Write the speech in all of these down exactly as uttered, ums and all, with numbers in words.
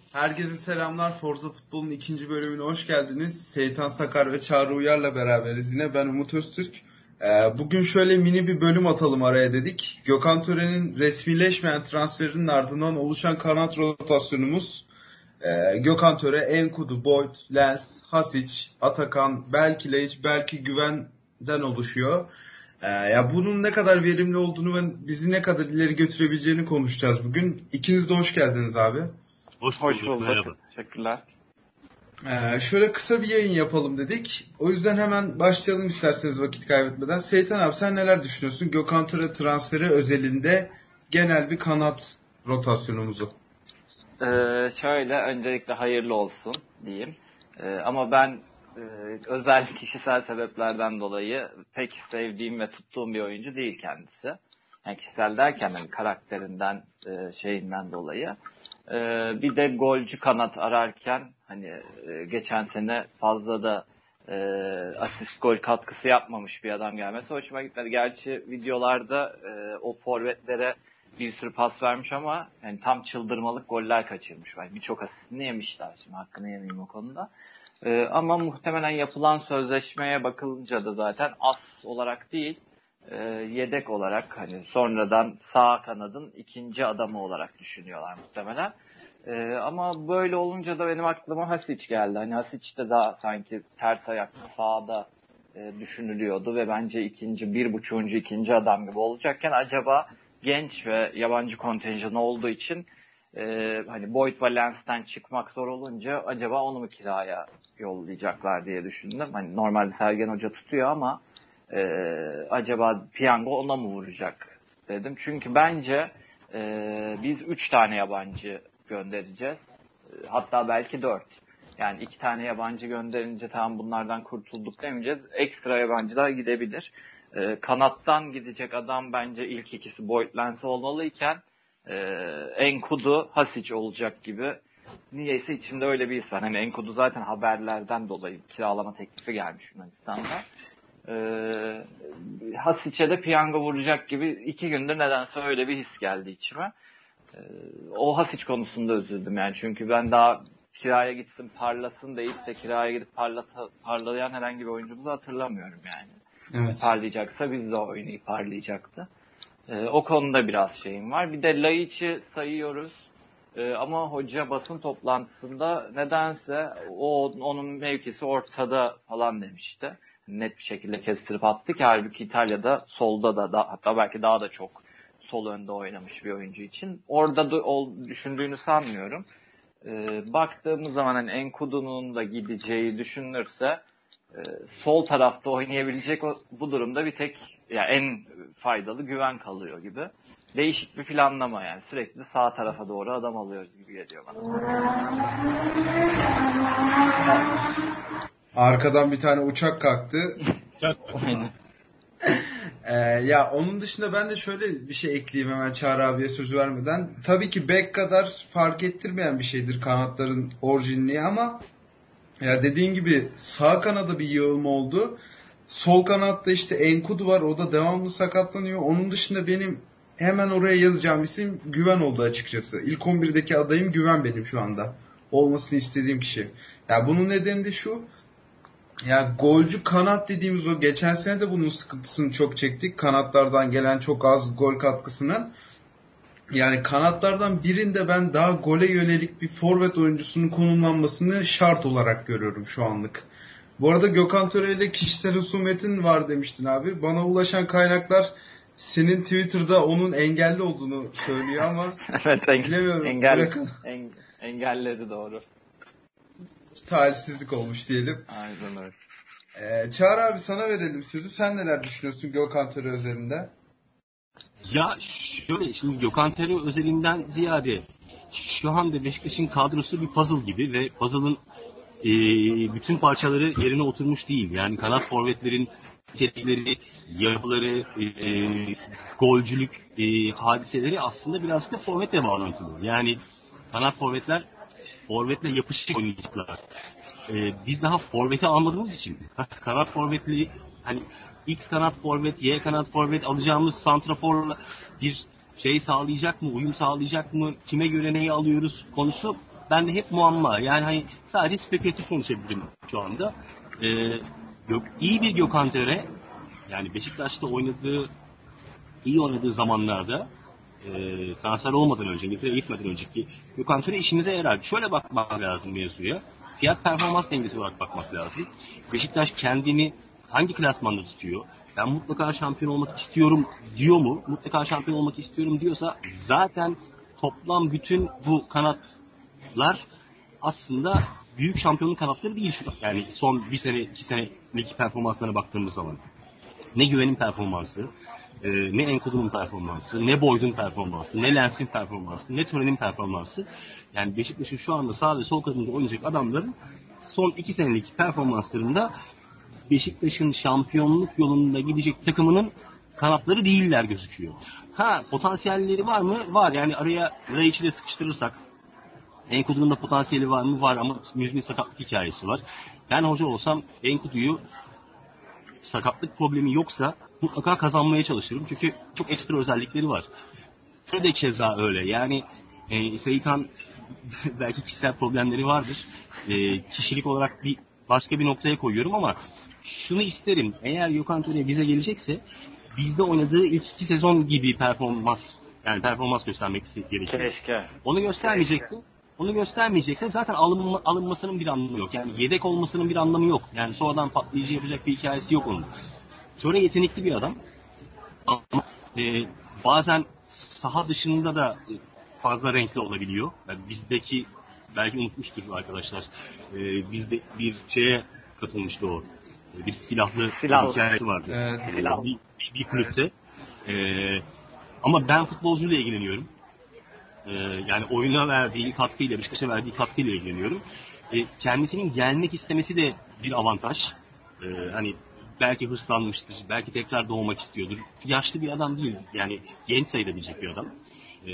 Herkese selamlar. Forza Futbol'un ikinci bölümüne hoş geldiniz. Seyitan Sakar ve Çağrı Uyar'la beraberiz yine. Ben Umut Öztürk. Ee, bugün şöyle mini bir bölüm atalım araya dedik. Gökhan Töre'nin resmileşmeyen transferinin ardından oluşan kanat rotasyonumuz e, Gökhan Töre, Enkudu, Boyd, Lens, Hasic, Atakan, belki Laiç, belki Güven'den oluşuyor. Ee, ya bunun ne kadar verimli olduğunu ve bizi ne kadar ileri götürebileceğini konuşacağız bugün. İkiniz de hoş geldiniz abi. Hoş bulduk. Hoş bulduk. Merhaba. Teşekkürler. Ee, şöyle kısa bir yayın yapalım dedik. O yüzden hemen başlayalım isterseniz vakit kaybetmeden. Seyitan abi sen neler düşünüyorsun? Gökhan Töre transferi özelinde genel bir kanat rotasyonumuzu. Ee, şöyle öncelikle hayırlı olsun diyeyim. Ee, ama ben e, özel kişisel sebeplerden dolayı pek sevdiğim ve tuttuğum bir oyuncu değil kendisi. Yani kişisel derken yani karakterinden e, şeyinden dolayı. Ee, bir de golcü kanat ararken hani e, geçen sene fazla da e, asist gol katkısı yapmamış bir adam gelmesi hoşuma gitmedi. Gerçi videolarda e, o forvetlere bir sürü pas vermiş ama yani tam çıldırmalık goller kaçırmış. Yani birçok asistini yemişler. Şimdi hakkını yemeyeyim o konuda. E, ama muhtemelen yapılan sözleşmeye bakılınca da zaten as olarak değil e, yedek olarak hani sonradan sağ kanadın ikinci adamı olarak düşünüyorlar muhtemelen. Ee, ama böyle olunca da benim aklıma Hasic geldi. Hani Hasic de daha sanki ters ayaklı sağda e, düşünülüyordu ve bence ikinci, bir buçuğuncu ikinci adam gibi olacakken acaba genç ve yabancı kontenjanı olduğu için e, hani Boyd ve Lens'ten çıkmak zor olunca acaba onu mu kiraya yollayacaklar diye düşündüm. Hani normalde Sergen Hoca tutuyor ama e, acaba piyango ona mı vuracak dedim. Çünkü bence e, biz üç tane yabancı göndereceğiz. Hatta belki dört. Yani iki tane yabancı gönderince tamam bunlardan kurtulduk demeyeceğiz. Ekstra yabancılar gidebilir. E, kanattan gidecek adam bence ilk ikisi Boyd Lens olmalıyken e, Enkudu Hasic olacak gibi. Niyeyse içimde öyle bir his var. Hani Enkudu zaten haberlerden dolayı kiralama teklifi gelmiş Yunanistan'da. E, Hasic'e de piyango vuracak gibi iki gündür nedense öyle bir his geldi içime. O Hasic konusunda üzüldüm yani çünkü ben daha kiraya gitsin parlasın deyip de kiraya gidip parlata, parlayan herhangi bir oyuncumuzu hatırlamıyorum yani. Evet. Parlayacaksa biz de oynayıp parlayacaktı. Ee, o konuda biraz şeyim var. Bir de Laiç'i sayıyoruz ee, ama hoca basın toplantısında nedense o onun mevkisi ortada falan demişti. Net bir şekilde kestirip attı ki halbuki İtalya'da solda da, da hatta belki daha da çok sol önde oynamış bir oyuncu için. Orada da ol, düşündüğünü sanmıyorum. Ee, baktığımız zaman hani Enkudu'nun da gideceği düşünülürse e, sol tarafta oynayabilecek o, bu durumda bir tek yani en faydalı Güven kalıyor gibi. Değişik bir planlama yani. Sürekli sağ tarafa doğru adam alıyoruz gibi geliyor bana. Arkadan bir tane uçak kalktı. Aynen. Ee, ya onun dışında ben de şöyle bir şey ekleyeyim hemen Çağrı abiye sözü vermeden. Tabii ki bek kadar fark ettirmeyen bir şeydir kanatların orijinliği ama ya dediğin gibi sağ kanada bir yığılma oldu. Sol kanatta işte Enkudu var, o da devamlı sakatlanıyor. Onun dışında benim hemen oraya yazacağım isim Güven oldu açıkçası. İlk on birdeki adayım Güven benim şu anda. Olmasını istediğim kişi. Ya bunun nedeni de şu. Ya golcü kanat dediğimiz o geçen sene de bunun sıkıntısını çok çektik. Kanatlardan gelen çok az gol katkısının. Yani kanatlardan birinde ben daha gole yönelik bir forvet oyuncusunun konumlanmasını şart olarak görüyorum şu anlık. Bu arada Gökhan Töre ile kişisel husumetin var demiştin abi. Bana ulaşan kaynaklar senin Twitter'da onun engelli olduğunu söylüyor ama evet, en, bilemiyorum. Engel, en, engelledi doğru. Talihsizlik olmuş diyelim. Aynen öyle. Ee, Çağrı abi sana verelim sözü. Sen neler düşünüyorsun Gökhan Töre özelinde? Ya şöyle şimdi Gökhan Töre özelinden ziyade şu anda Beşiktaş'ın kadrosu bir puzzle gibi ve puzzle'ın e, bütün parçaları yerine oturmuş değil. Yani kanat forvetlerin nitelikleri, yapıları, e, golcülük e, hadiseleri aslında birazcık da forvetle bağlantılı. Yani kanat forvetler forvetle yapışık oynayacaklar. E, biz daha forveti almadığımız için kanat forvetli hani X kanat forvet, Y kanat forvet alacağımız santraforla bir şey sağlayacak mı, uyum sağlayacak mı, kime göre neyi alıyoruz konusu ben de hep muamma. Yani hani sadece spekülatif konuşabilirim şu anda. Ee, yok, iyi bir Gökhan Töre, yani Beşiktaş'ta oynadığı, iyi oynadığı zamanlarda e, transfer olmadan önce, İngiltere'ye gitmeden önceki Gökhan Töre işimize yarar. Şöyle bakmak lazım mevzuya. Fiyat performans dengesi olarak bakmak lazım. Beşiktaş kendini hangi klasmanda tutuyor? Ben mutlaka şampiyon olmak istiyorum diyor mu? Mutlaka şampiyon olmak istiyorum diyorsa zaten toplam bütün bu kanatlar aslında büyük şampiyonluk kanatları değil şu. Yani son bir sene, iki senelik performanslarına baktığımız zaman. Ne Güven'in performansı, e, ne Enkudu'nun performansı, ne Boyd'un performansı, ne Lens'in performansı, ne Tören'in performansı. Yani Beşiktaş'ın şu anda sağ ve sol kadında oynayacak adamların son iki senelik performanslarında Beşiktaş'ın şampiyonluk yolunda gidecek takımının kanatları değiller gözüküyor. Ha, potansiyelleri var mı? Var. Yani araya Raiç'i de sıkıştırırsak, Enkudu'nun da potansiyeli var mı? Var ama müzmin sakatlık hikayesi var. Ben hoca olsam Enkudu'yu, sakatlık problemi yoksa mutlaka kazanmaya çalışırım. Çünkü çok ekstra özellikleri var. Şöyle de keza öyle. Yani e, Seyitan belki kişisel problemleri vardır. E, kişilik olarak bir başka bir noktaya koyuyorum ama şunu isterim. Eğer Gökhan Töre bize gelecekse bizde oynadığı ilk iki sezon gibi performans, yani performans göstermek gerekiyor. Keşke. Onu göstermeyeceksin. Onu göstermeyecekse zaten alınma, alınmasının bir anlamı yok. Yani yedek olmasının bir anlamı yok. Yani sonradan patlayıcı yapacak bir hikayesi yok onun. Töre yetenekli bir adam. Ama e, bazen saha dışında da fazla renkli olabiliyor. Yani bizdeki, belki unutmuştur arkadaşlar, e, bizde bir şeye katılmıştı o. Bir silahlı, silahlı. bir hikayesi vardı. Evet. Silahlı. Bir, bir, bir kulüpte. E, ama ben futbolcuyla ilgileniyorum. Ee, yani oyuna verdiği katkıyla, Beşiktaş'a verdiği katkıyla ilgileniyorum. Ee, kendisinin gelmek istemesi de bir avantaj. Ee, hani belki hırslanmıştır, belki tekrar doğmak istiyordur. Yaşlı bir adam değil, yani genç sayılabilecek bir adam. Ee,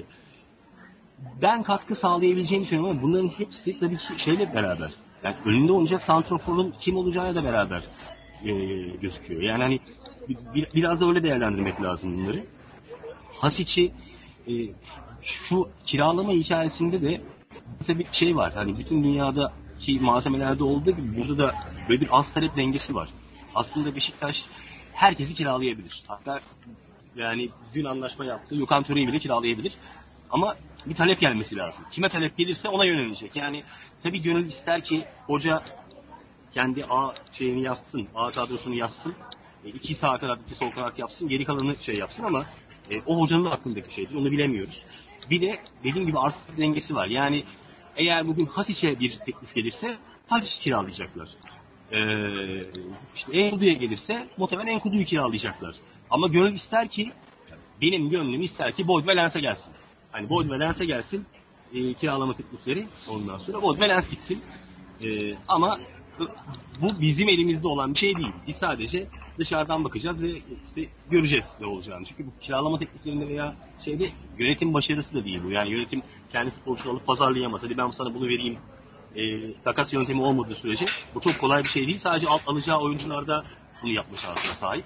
ben katkı sağlayabileceğini düşünüyorum ama bunların hepsi tabii ki şeyle beraber. Yani önünde oynayacak santraforun kim olacağıyla da beraber e, gözüküyor. Yani hani bir, biraz da öyle değerlendirmek lazım bunları. Hasic'i e, şu kiralama hikayesinde de tabii bir şey var. Hani bütün dünyadaki malzemelerde olduğu gibi burada da böyle bir az talep dengesi var. Aslında Beşiktaş herkesi kiralayabilir. Hatta yani dün anlaşma yaptığı Gökhan Töre'yi bile kiralayabilir. Ama bir talep gelmesi lazım. Kime talep gelirse ona yönelecek. Yani tabii gönül ister ki hoca kendi A şeyini yazsın, A kadrosunu yazsın. E, iki sağ kanat, iki sol kanat yapsın, geri kalanını şey yapsın ama e, o hocanın aklındaki şeydir. Onu bilemiyoruz. Bir de dediğim gibi arz dengesi var. Yani eğer bugün Hasic'e bir teklif gelirse Hasic kiralayacaklar. Ee, işte Enkudu'ya gelirse muhtemelen Enkudu'yu kiralayacaklar. Ama gönül ister ki, benim gönlüm ister ki Boyd ve Lens'e gelsin. Hani Boyd ve Lens'e gelsin e, kiralama teklifleri, ondan sonra Boyd ve Lens gitsin. E, ama bu bizim elimizde olan bir şey değil. Biz sadece dışarıdan bakacağız ve işte göreceğiz ne olacağını. Çünkü bu kiralama tekliflerinde veya şeyde yönetim başarısı da değil bu. Yani yönetim kendi futbolcusunu alıp pazarlayamaz. Hadi ben sana bunu vereyim. E, takas yöntemi olmadığı sürece bu çok kolay bir şey değil. Sadece alt alacağı oyuncularda bunu yapma şansına sahip.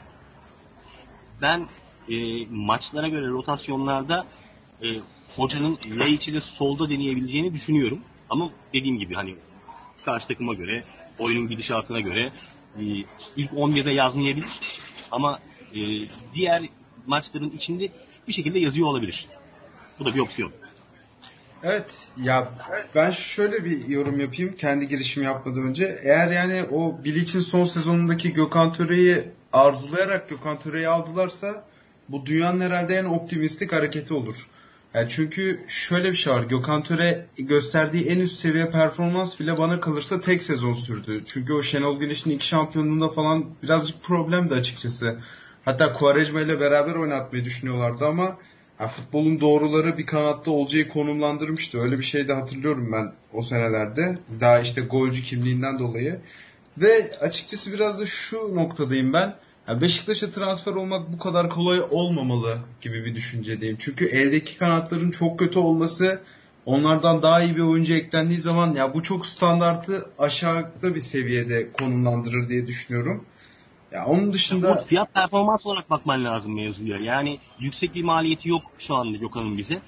Ben e, maçlara göre rotasyonlarda e, hocanın Laiç'i de solda deneyebileceğini düşünüyorum. Ama dediğim gibi hani karşı takıma göre, oyunun gidişatına göre e, ilk on birde yazmayabilir. Ama e, diğer maçların içinde bir şekilde yazıyor olabilir. Bu da bir opsiyon. Evet ya, ben şöyle bir yorum yapayım kendi girişimi yapmadan önce. Eğer yani o Bilic'in son sezonundaki Gökhan Töre'yi arzulayarak Gökhan Töre'yi aldılarsa bu dünyanın herhalde en optimistik hareketi olur. Yani çünkü şöyle bir şey var. Gökhan Töre gösterdiği en üst seviye performans bile bana kalırsa tek sezon sürdü. Çünkü o Şenol Güneş'in iki şampiyonluğunda falan birazcık problemdi açıkçası. Hatta Quaresma ile beraber oynatmayı düşünüyorlardı ama ya futbolun doğruları bir kanatta Olcay'ı konumlandırmıştı. Öyle bir şey de hatırlıyorum ben o senelerde. Daha işte golcü kimliğinden dolayı. Ve açıkçası biraz da şu noktadayım ben. Yani Beşiktaş'a transfer olmak bu kadar kolay olmamalı gibi bir düşüncedeyim. Çünkü eldeki kanatların çok kötü olması, onlardan daha iyi bir oyuncu eklendiği zaman ya bu çok standartı aşağıda bir seviyede konumlandırır diye düşünüyorum. Ya onun dışında ya fiyat performans olarak bakman lazım mevzuya. Yani yüksek bir maliyeti yok şu anda Gökhan'ın bize.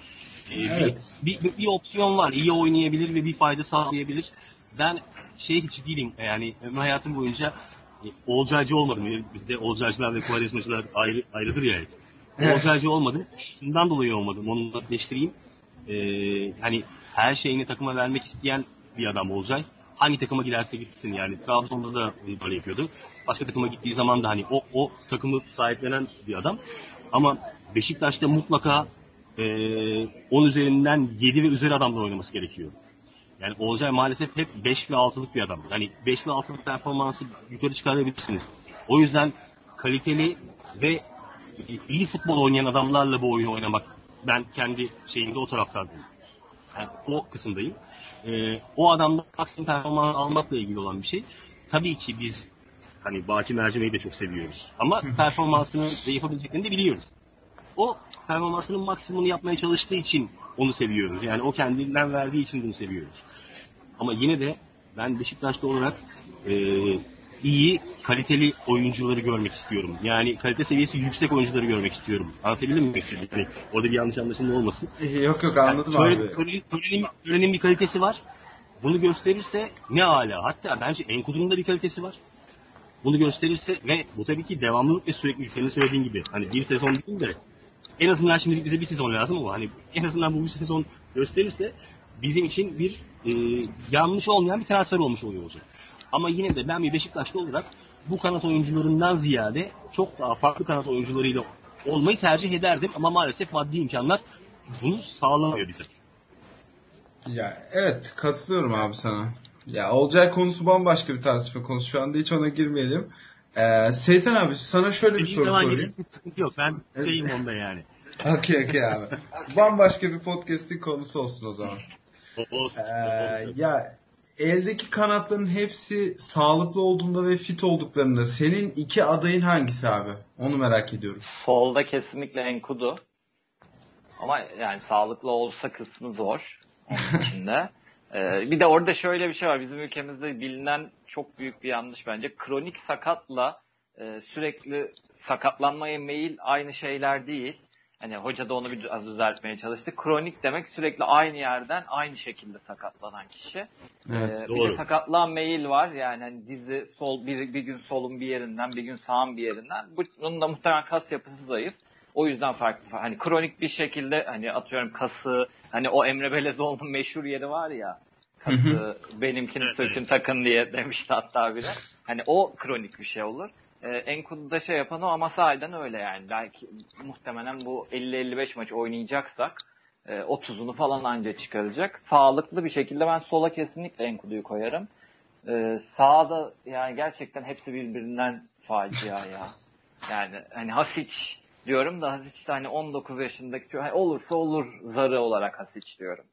Ee, Evet. bir, bir, bir opsiyon var. İyi oynayabilir ve bir fayda sağlayabilir. Ben şey hiç değilim. Yani ömrüm hayatım boyunca e, Olcaycı olmadım. Bizde Olcaycılar ve Kuvarizmacılar ayrı, ayrıdır yani. Olcaycı olmadım. Şundan dolayı olmadım. Onu netleştireyim. Ee, hani her şeyini takıma vermek isteyen bir adam Olcay. Hangi takıma giderse gitsin yani. Trabzon'da da bunu böyle yapıyordu. Başka takıma gittiği zaman da hani o, o takımı sahiplenen bir adam. Ama Beşiktaş'ta mutlaka e, on üzerinden yedi ve üzeri adamla oynaması gerekiyor. Yani Olcay maalesef hep beş ve altılık bir adam. Yani beş ve altılık performansı yukarı çıkarabilirsiniz. O yüzden kaliteli ve iyi futbol oynayan adamlarla bu oyunu oynamak, ben kendi şeyimde o taraftardayım. Yani o kısımdayım. Ee, o adamda maksimum performans almakla ilgili olan bir şey. Tabii ki biz hani Baki Mercime'yi de çok seviyoruz. Ama performansını ve yapabileceklerini de biliyoruz. O performansının maksimumunu yapmaya çalıştığı için onu seviyoruz. Yani o kendinden verdiği için bunu seviyoruz. Ama yine de ben Beşiktaş'ta olarak e, iyi, kaliteli oyuncuları görmek istiyorum. Yani kalite seviyesi yüksek oyuncuları görmek istiyorum. Anlatabildim mi? Yani orada bir yanlış anlaşılma olmasın. Yok yok anladım yani, abi. Törenin, törenin, törenin bir kalitesi var. Bunu gösterirse ne ala. Hatta bence Enkudu'nun da bir kalitesi var. Bunu gösterirse ve bu tabii ki devamlılık ve sürekli senin söylediğin gibi. Hani bir sezon değil de en azından şimdi bize bir sezon lazım ama hani en azından bu bir sezon gösterirse bizim için bir e, yanlış olmayan bir transfer olmuş oluyor olacak. Ama yine de ben bir Beşiktaşlı olarak bu kanat oyuncularından ziyade çok daha farklı kanat oyuncularıyla olmayı tercih ederdim. Ama maalesef maddi imkanlar bunu sağlamıyor bize. Ya evet katılıyorum abi sana. Ya Olcay konusu bambaşka bir tartışma konusu. Şu anda hiç ona girmeyelim. Ee, Seytan abi sana şöyle bir Dediğin soru zaman sorayım. gelirse sıkıntı yok. Ben şeyim onda yani. Okey okey abi. Bambaşka bir podcast'in konusu olsun o zaman. Olsun. Ee, ya eldeki kanatların hepsi sağlıklı olduğunda ve fit olduklarında senin iki adayın hangisi abi? Onu merak ediyorum. Solda kesinlikle Enkudu. Ama yani sağlıklı olsa kısmı zor onun içinde. Ee, bir de orada şöyle bir şey var. Bizim ülkemizde bilinen çok büyük bir yanlış bence. Kronik sakatla e, sürekli sakatlanmaya meyil aynı şeyler değil. Hani hoca da onu biraz düzeltmeye çalıştı. Kronik demek sürekli aynı yerden aynı şekilde sakatlanan kişi. Evet, ee, doğru. Bir de sakatlan meyil var. Yani hani dizi sol bir, bir gün solun bir yerinden, bir gün sağın bir yerinden. Bunun da muhtemelen kas yapısı zayıf. O yüzden farklı. Hani kronik bir şekilde hani atıyorum kası, hani o Emre Belezoğlu'nun meşhur yeri var ya. Kası benimkini sökün takın diye demişti hatta bile. Hani o kronik bir şey olur. Ee, Enkudu'da şey yapan o ama sahiden öyle yani. Belki muhtemelen bu elli elli beş maç oynayacaksak e, otuzunu falan anca çıkaracak. Sağlıklı bir şekilde ben sola kesinlikle Enkudu'yu koyarım. Ee, sağda yani gerçekten hepsi birbirinden facia ya. Yani hani Hasic diyorum da Hasic de hani on dokuz yaşındaki hani olursa olur zarı olarak Hasic diyorum.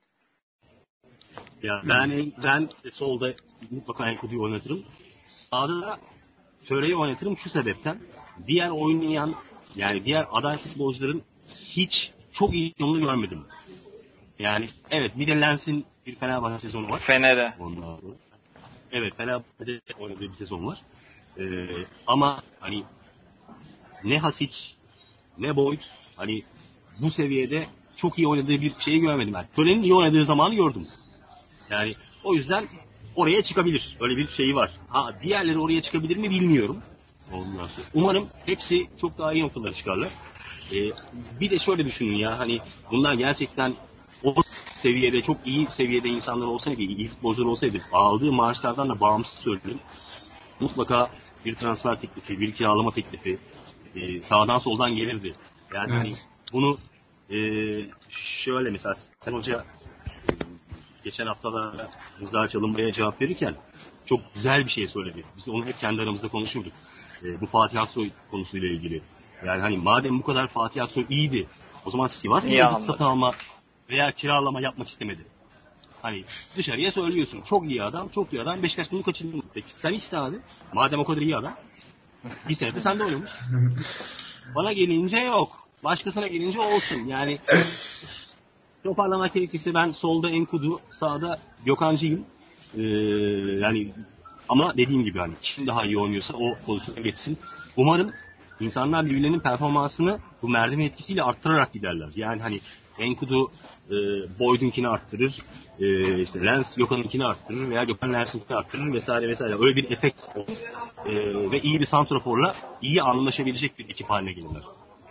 Ya ben ben solda mutlaka Enkudu'yu oynatırım. Sağda da Töre'yi oynatırım şu sebepten. Diğer oynayan yani diğer aday futbolcuların hiç çok iyi yolunu görmedim. Yani evet bir de Lens'in bir Fenerbahçe sezonu var. Fener'e. Ondan sonra. Evet Fenerbahçe'de oynadığı bir sezon var. Ee, ama hani ne Hasic ne Boyd hani bu seviyede çok iyi oynadığı bir şeyi görmedim ben. Töre'nin iyi oynadığı zamanı gördüm. Yani o yüzden oraya çıkabilir. Öyle bir şeyi var. Ha diğerleri oraya çıkabilir mi bilmiyorum. Ondan sonra. Umarım hepsi çok daha iyi noktalara çıkarlar. Ee, bir de şöyle düşünün ya hani bunlar gerçekten o seviyede çok iyi seviyede insanlar olsaydı, iyi futbolcular olsaydı aldığı maaşlardan da bağımsız söylüyorum. Mutlaka bir transfer teklifi, bir kiralama teklifi e, sağdan soldan gelirdi. Yani Evet. hani bunu e, şöyle mesela sen hoca geçen haftalarda Rıza Çalınbay'a cevap verirken çok güzel bir şey söyledi. Biz onu hep kendi aramızda konuşurduk. E, bu Fatih Aksoy konusuyla ilgili. Yani hani madem bu kadar Fatih Aksoy iyiydi, o zaman Sivas Niye niye almadı? satın alma veya kiralama yapmak istemedi? Hani dışarıya söylüyorsun. Çok iyi adam, çok iyi adam. Beşiktaş bunu kaçırdı. Peki sen iste abi. Madem o kadar iyi adam. Bir senede sen de oynamış. Bana gelince yok. Başkasına gelince olsun. Yani toparlamak gerekirse ben solda Enkudu, sağda Gökhan'cıyım. Ee, yani ama dediğim gibi hani kim daha iyi oynuyorsa o pozisyona geçsin. Umarım insanlar birbirlerinin performansını bu merdiven etkisiyle arttırarak giderler. Yani hani Enkudu e, Boyd'unkini arttırır, e, işte Lens Gökhan'ınkini arttırır veya Gökhan Lens'inkini arttırır vesaire vesaire. Öyle bir efekt olur. E, ve iyi bir santraforla iyi anlaşabilecek bir ekip haline gelirler.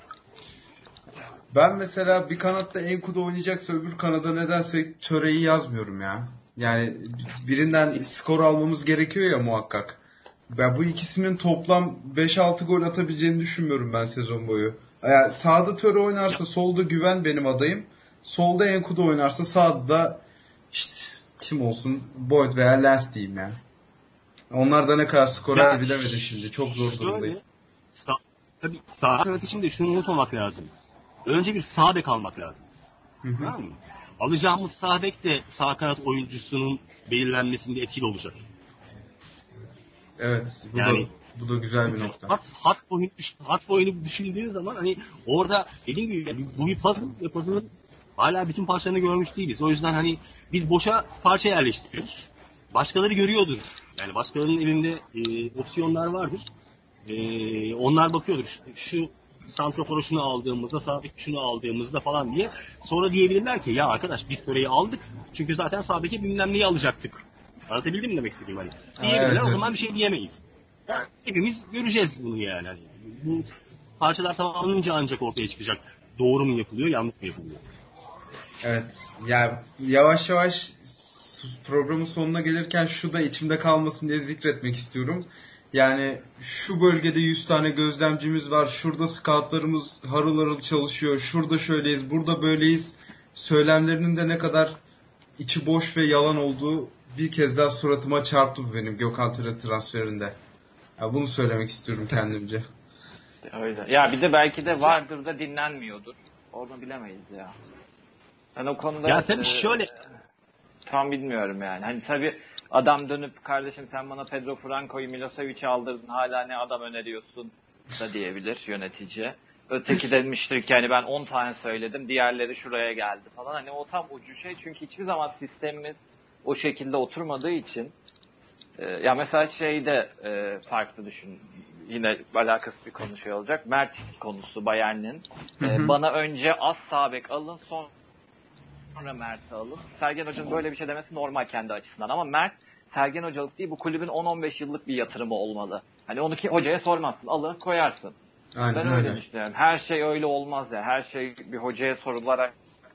Ben mesela bir kanatta Enkudu oynayacaksa öbür kanada nedense Töre'yi yazmıyorum ya. Yani birinden skor almamız gerekiyor ya muhakkak. Ben bu ikisinin toplam beş altı gol atabileceğini düşünmüyorum ben sezon boyu. Yani sağda Töre oynarsa solda Güven benim adayım. Solda Enkudu oynarsa sağda da işte kim olsun, Boyd veya Lens diyeyim yani. Onlar da ne kadar skorer ya, bilemedim şimdi. Çok zor durumdayım. Sağ, tabii sağ kanat için de şunu unutmamak lazım. Önce bir sağ bek almak lazım. Hı hı. Tamam mı? Alacağımız sağ bek de sağ kanat oyuncusunun belirlenmesinde etkili olacak. Evet. Bu yani, da bu da güzel bir nokta. Hat hat boyunu hat boyunu düşündüğün zaman hani orada dediğim gibi bu bir puzzle ve puzzle'ın hala bütün parçalarını görmüş değiliz. O yüzden hani biz boşa parça yerleştiriyoruz. Başkaları görüyordur. Yani başkalarının elinde e, opsiyonlar vardır. E, onlar bakıyordur. Şu, şu santrafora şunu aldığımızda, sabit şunu aldığımızda falan diye. Sonra diyebilirler ki ya arkadaş biz Töre'yi aldık. Çünkü zaten sabit'e bilmem neyi alacaktık. Anlatabildim mi demek istediğim hani? Diyebilirler, evet, o evet. zaman bir şey diyemeyiz. Yani hepimiz göreceğiz bunu yani. Hani bu parçalar tamamlanınca ancak ortaya çıkacak. Doğru mu yapılıyor, yanlış mı yapılıyor? Evet. Yani yavaş yavaş programın sonuna gelirken şu da içimde kalmasın diye zikretmek istiyorum. Yani şu bölgede yüz tane gözlemcimiz var. Şurada scoutlarımız harıl harıl çalışıyor. Şurada şöyleyiz, burada böyleyiz. Söylemlerinin de ne kadar içi boş ve yalan olduğu bir kez daha suratıma çarptı benim Gökhan Töre transferinde. Ya bunu söylemek istiyorum kendimce. Öyle. Ya bir de belki de vardır da dinlenmiyordur. Onu bilemeyiz ya. Ben o konuda ya tabii e, şöyle tam bilmiyorum yani. Hani tabii adam dönüp kardeşim sen bana Pedro Franco'yu Milosevic'i aldırdın hala ne adam öneriyorsun da diyebilir yönetici. Öteki demiştir ki hani ben on tane söyledim diğerleri şuraya geldi falan. Hani o tam ucu şey çünkü hiçbir zaman sistemimiz o şekilde oturmadığı için e, ya mesela şeyde e, farklı düşün. Yine alakasız bir konuşuyor olacak. Mert konusu Bayern'in. E, bana önce az sağ bek alın sonra Mert'i alın. Sergen Hoca'nın böyle bir şey demesi normal kendi açısından ama Mert Sergen Hocalık değil bu kulübün on on beş yıllık bir yatırımı olmalı. Hani onu ki hocaya sormazsın. Alır koyarsın. Aynen, ben öyle düşünüyorum. Her şey öyle olmaz ya. Her şey bir hocaya sorularak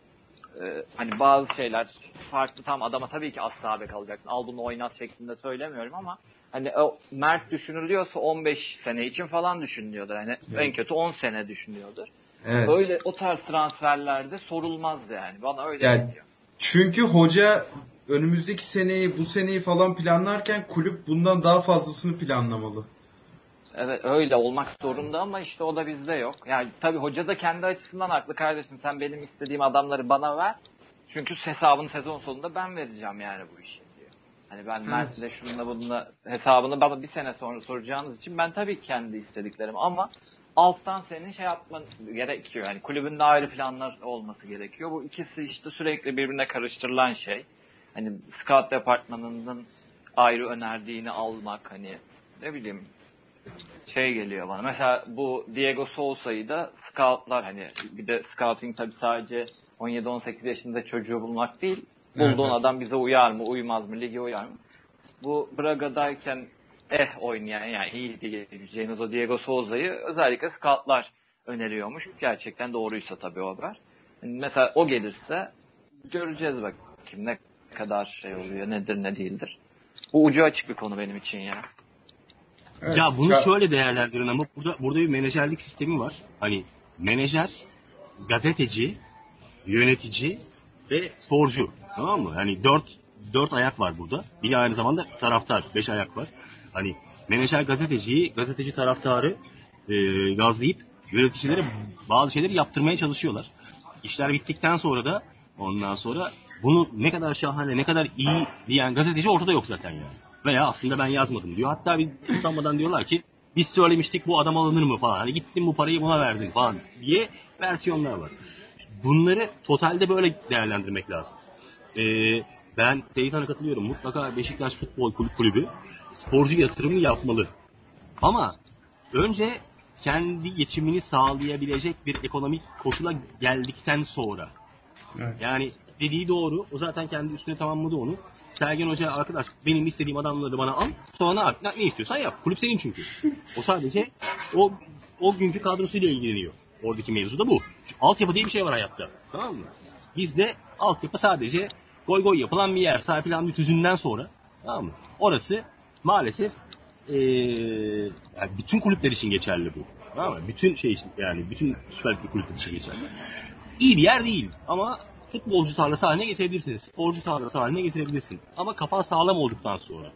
e, hani bazı şeyler farklı tam adama tabii ki az sağ bek alacaksın. Al bunu oynat şeklinde söylemiyorum ama hani o Mert düşünülüyorsa on beş sene için falan düşünülüyordur. Hani evet. En kötü on sene düşünülüyordur. Evet. Öyle o tarz transferlerde sorulmaz yani. Bana öyle yani, geliyor. Çünkü hoca önümüzdeki seneyi, bu seneyi falan planlarken kulüp bundan daha fazlasını planlamalı. Evet öyle olmak zorunda ama işte o da bizde yok. Yani tabii hoca da kendi açısından haklı kardeşim. Sen benim istediğim adamları bana ver. Çünkü hesabını sezon sonunda ben vereceğim yani bu işi diyor. Hani ben evet. Mert'le şununla bununla hesabını bana bir sene sonra soracağınız için ben tabii kendi istediklerim ama alttan senin şey yapman gerekiyor. Yani kulübünde ayrı planlar olması gerekiyor. Bu ikisi işte sürekli birbirine karıştırılan şey. Hani scout departmanının ayrı önerdiğini almak hani ne bileyim şey geliyor bana. Mesela bu Diego Sousa'yı da scoutlar hani bir de scouting tabii sadece on yedi on sekiz yaşında çocuğu bulmak değil. Bulduğun evet. Adam bize uyar mı, uymaz mı, lige uyar mı? Bu Braga'dayken eh oynayan yani iyi diyebileceğiniz o Diego Sousa'yı özellikle scoutlar öneriyormuş. Gerçekten doğruysa tabii o haber. Yani mesela o gelirse göreceğiz bakayım ne kadar şey oluyor, nedir ne değildir. Bu ucu açık bir konu benim için ya. Evet, ya bunu ça- şöyle değerlendirin ama burada burada bir menajerlik sistemi var. Hani menajer, gazeteci, yönetici ve sporcu. Tamam mı? Hani dört dört ayak var burada. Bir aynı zamanda taraftar, beş ayak var. Hani menajer gazeteciyi, gazeteci taraftarı e, gazlayıp yöneticilere bazı şeyleri yaptırmaya çalışıyorlar. İşler bittikten sonra da ondan sonra bunu ne kadar şahane, ne kadar iyi diyen gazeteci ortada yok zaten yani. Veya aslında ben yazmadım diyor. Hatta bir utanmadan diyorlar ki biz söylemiştik bu adam alınır mı falan. Hani gittin bu parayı buna verdin falan diye versiyonlar var. Bunları totalde böyle değerlendirmek lazım. Ee, ben Seyithan'a katılıyorum. Mutlaka Beşiktaş Futbol Kulübü sporcu yatırımı yapmalı. Ama önce kendi geçimini sağlayabilecek bir ekonomik koşula geldikten sonra. Evet. Yani dediği doğru. O zaten kendi üstüne tamamladı onu. Sergen Hoca arkadaş benim istediğim adamları bana al. Sonra ne, ne istiyorsan yap. Kulüp senin çünkü. O sadece o o günkü kadrosuyla ilgileniyor. Oradaki mevzu da bu. Çünkü altyapı diye bir şey var hayatta. Tamam mı? Bizde altyapı sadece goy goy yapılan bir yer. Serpilen bir tüzünden sonra. Tamam mı? Orası maalesef ee, yani bütün kulüpler için geçerli bu. Tamam mı? Bütün şey için yani bütün Süper Lig kulüpler için geçerli. İyi bir yer değil ama futbolcu tarlası haline getirebilirsiniz. Sporcu tarlası haline getirebilirsin. Ama kafan sağlam olduktan sonra.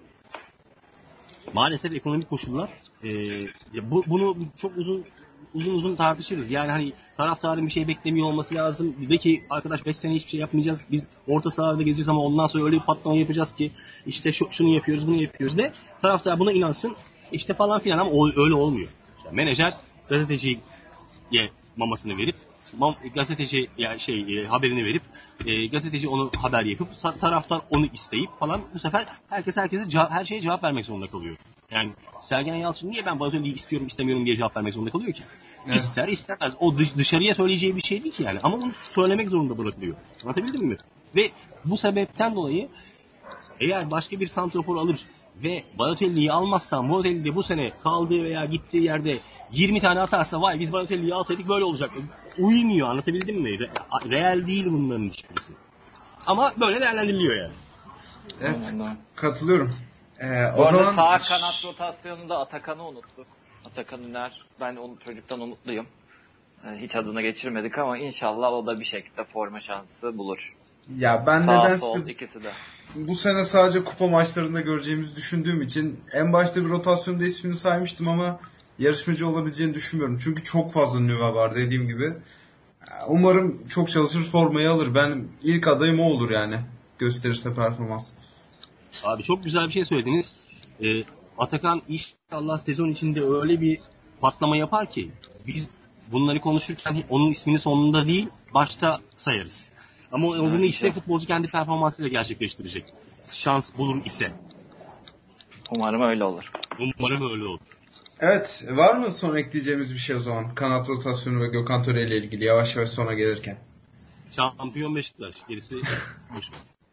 Maalesef ekonomik koşullar e, ya bu, bunu çok uzun uzun uzun tartışırız. Yani hani taraftarın bir şey beklemiyor olması lazım. De ki arkadaş beş sene hiçbir şey yapmayacağız. Biz orta sahalarda gezeceğiz ama ondan sonra öyle bir patlama yapacağız ki işte şu, şunu yapıyoruz bunu yapıyoruz de taraftar buna inansın işte falan filan ama o, öyle olmuyor. İşte menajer gazeteciye mamasını verip gazeteci yani şey e, haberini verip e, gazeteci onu haber yapıp taraftar onu isteyip falan bu sefer herkes herkese ca- her şeye cevap vermek zorunda kalıyor. Yani Sergen Yalçın niye ben Balotelli'yi istiyorum istemiyorum diye cevap vermek zorunda kalıyor ki? Evet. İster istemez. O dışarıya söyleyeceği bir şey değil ki yani. Ama onu söylemek zorunda bırakılıyor. Anlatabildim mi? Ve bu sebepten dolayı eğer başka bir santrafor alır ve Balotelli'yi almazsam Balotelli de bu sene kaldığı veya gittiği yerde yirmi tane atarsa vay biz Balotelli'yi alsaydık böyle olacak. Uymuyor, anlatabildim mi? Re- real değil bunların hiçbirisi. Ama böyle değerlendiriliyor yani. Evet, katılıyorum. Ee, bu o arada zaman sağ kanat rotasyonunda Atakan'ı unuttuk. Atakan Üner, ben onun çocuktan umutluyum. Ee, hiç adını geçirmedik ama inşallah o da bir şekilde forma şansı bulur. Ya ben Sağ, nedense sol, ikisi de. Bu sene sadece kupa maçlarında göreceğimizi düşündüğüm için en başta bir rotasyonda ismini saymıştım ama yarışmacı olabileceğini düşünmüyorum. Çünkü çok fazla nüve var dediğim gibi. Umarım çok çalışır formayı alır. Ben ilk adayım o olur yani. Gösterirse performans. Abi çok güzel bir şey söylediniz. Ee, Atakan inşallah sezon içinde öyle bir patlama yapar ki biz bunları konuşurken onun ismini sonunda değil başta sayarız. Ama onu evet, işte futbolcu kendi performansıyla gerçekleştirecek. Şans bulur ise. Umarım öyle olur. Umarım öyle olur. Evet. Var mı son ekleyeceğimiz bir şey o zaman? Kanat rotasyonu ve Gökhan Töre ile ilgili yavaş yavaş sona gelirken. Şampiyon Beşiktaş. Gerisi boş.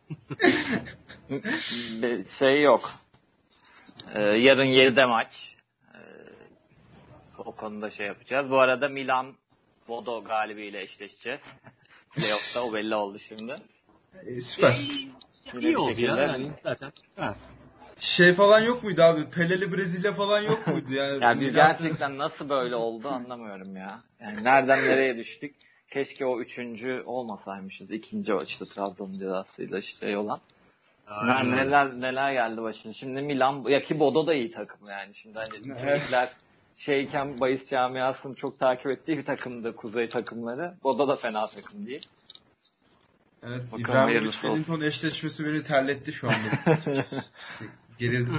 şey yok. Ee, yarın yedide maç. Ee, o konuda şey yapacağız. Bu arada Milan Bodo galibiyle eşleşeceğiz. Playoff'ta o belli oldu şimdi. E, süper. İyi, iyi oldu ya yani zaten. Ha. Şey falan yok muydu abi? Peleli Brezilya falan yok muydu? Yani, yani biz gerçekten nasıl böyle oldu anlamıyorum ya. Yani nereden nereye düştük? Keşke o üçüncü olmasaymışız. İkinci o işte Trabzon cezasıyla işte olan. Yani neler neler geldi başına. Şimdi Milan, ya ki Bodo da iyi takım yani. Şimdi hani Türkler şeyken bahis camiasını çok takip ettiği bir takımdı kuzey takımları. Bodo da fena takım değil. Evet, İbrahimovic Wellington eşleşmesi beni terletti şu anda. Gerildim.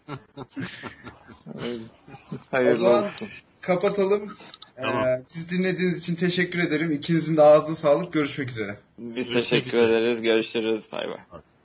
Hayırlı o zaman olsun. Kapatalım. Tamam. Ee, siz dinlediğiniz için teşekkür ederim. İkinizin de ağzına sağlık. Görüşmek üzere. Biz Görüşmek teşekkür üzere. ederiz. Görüşürüz. Bay bay.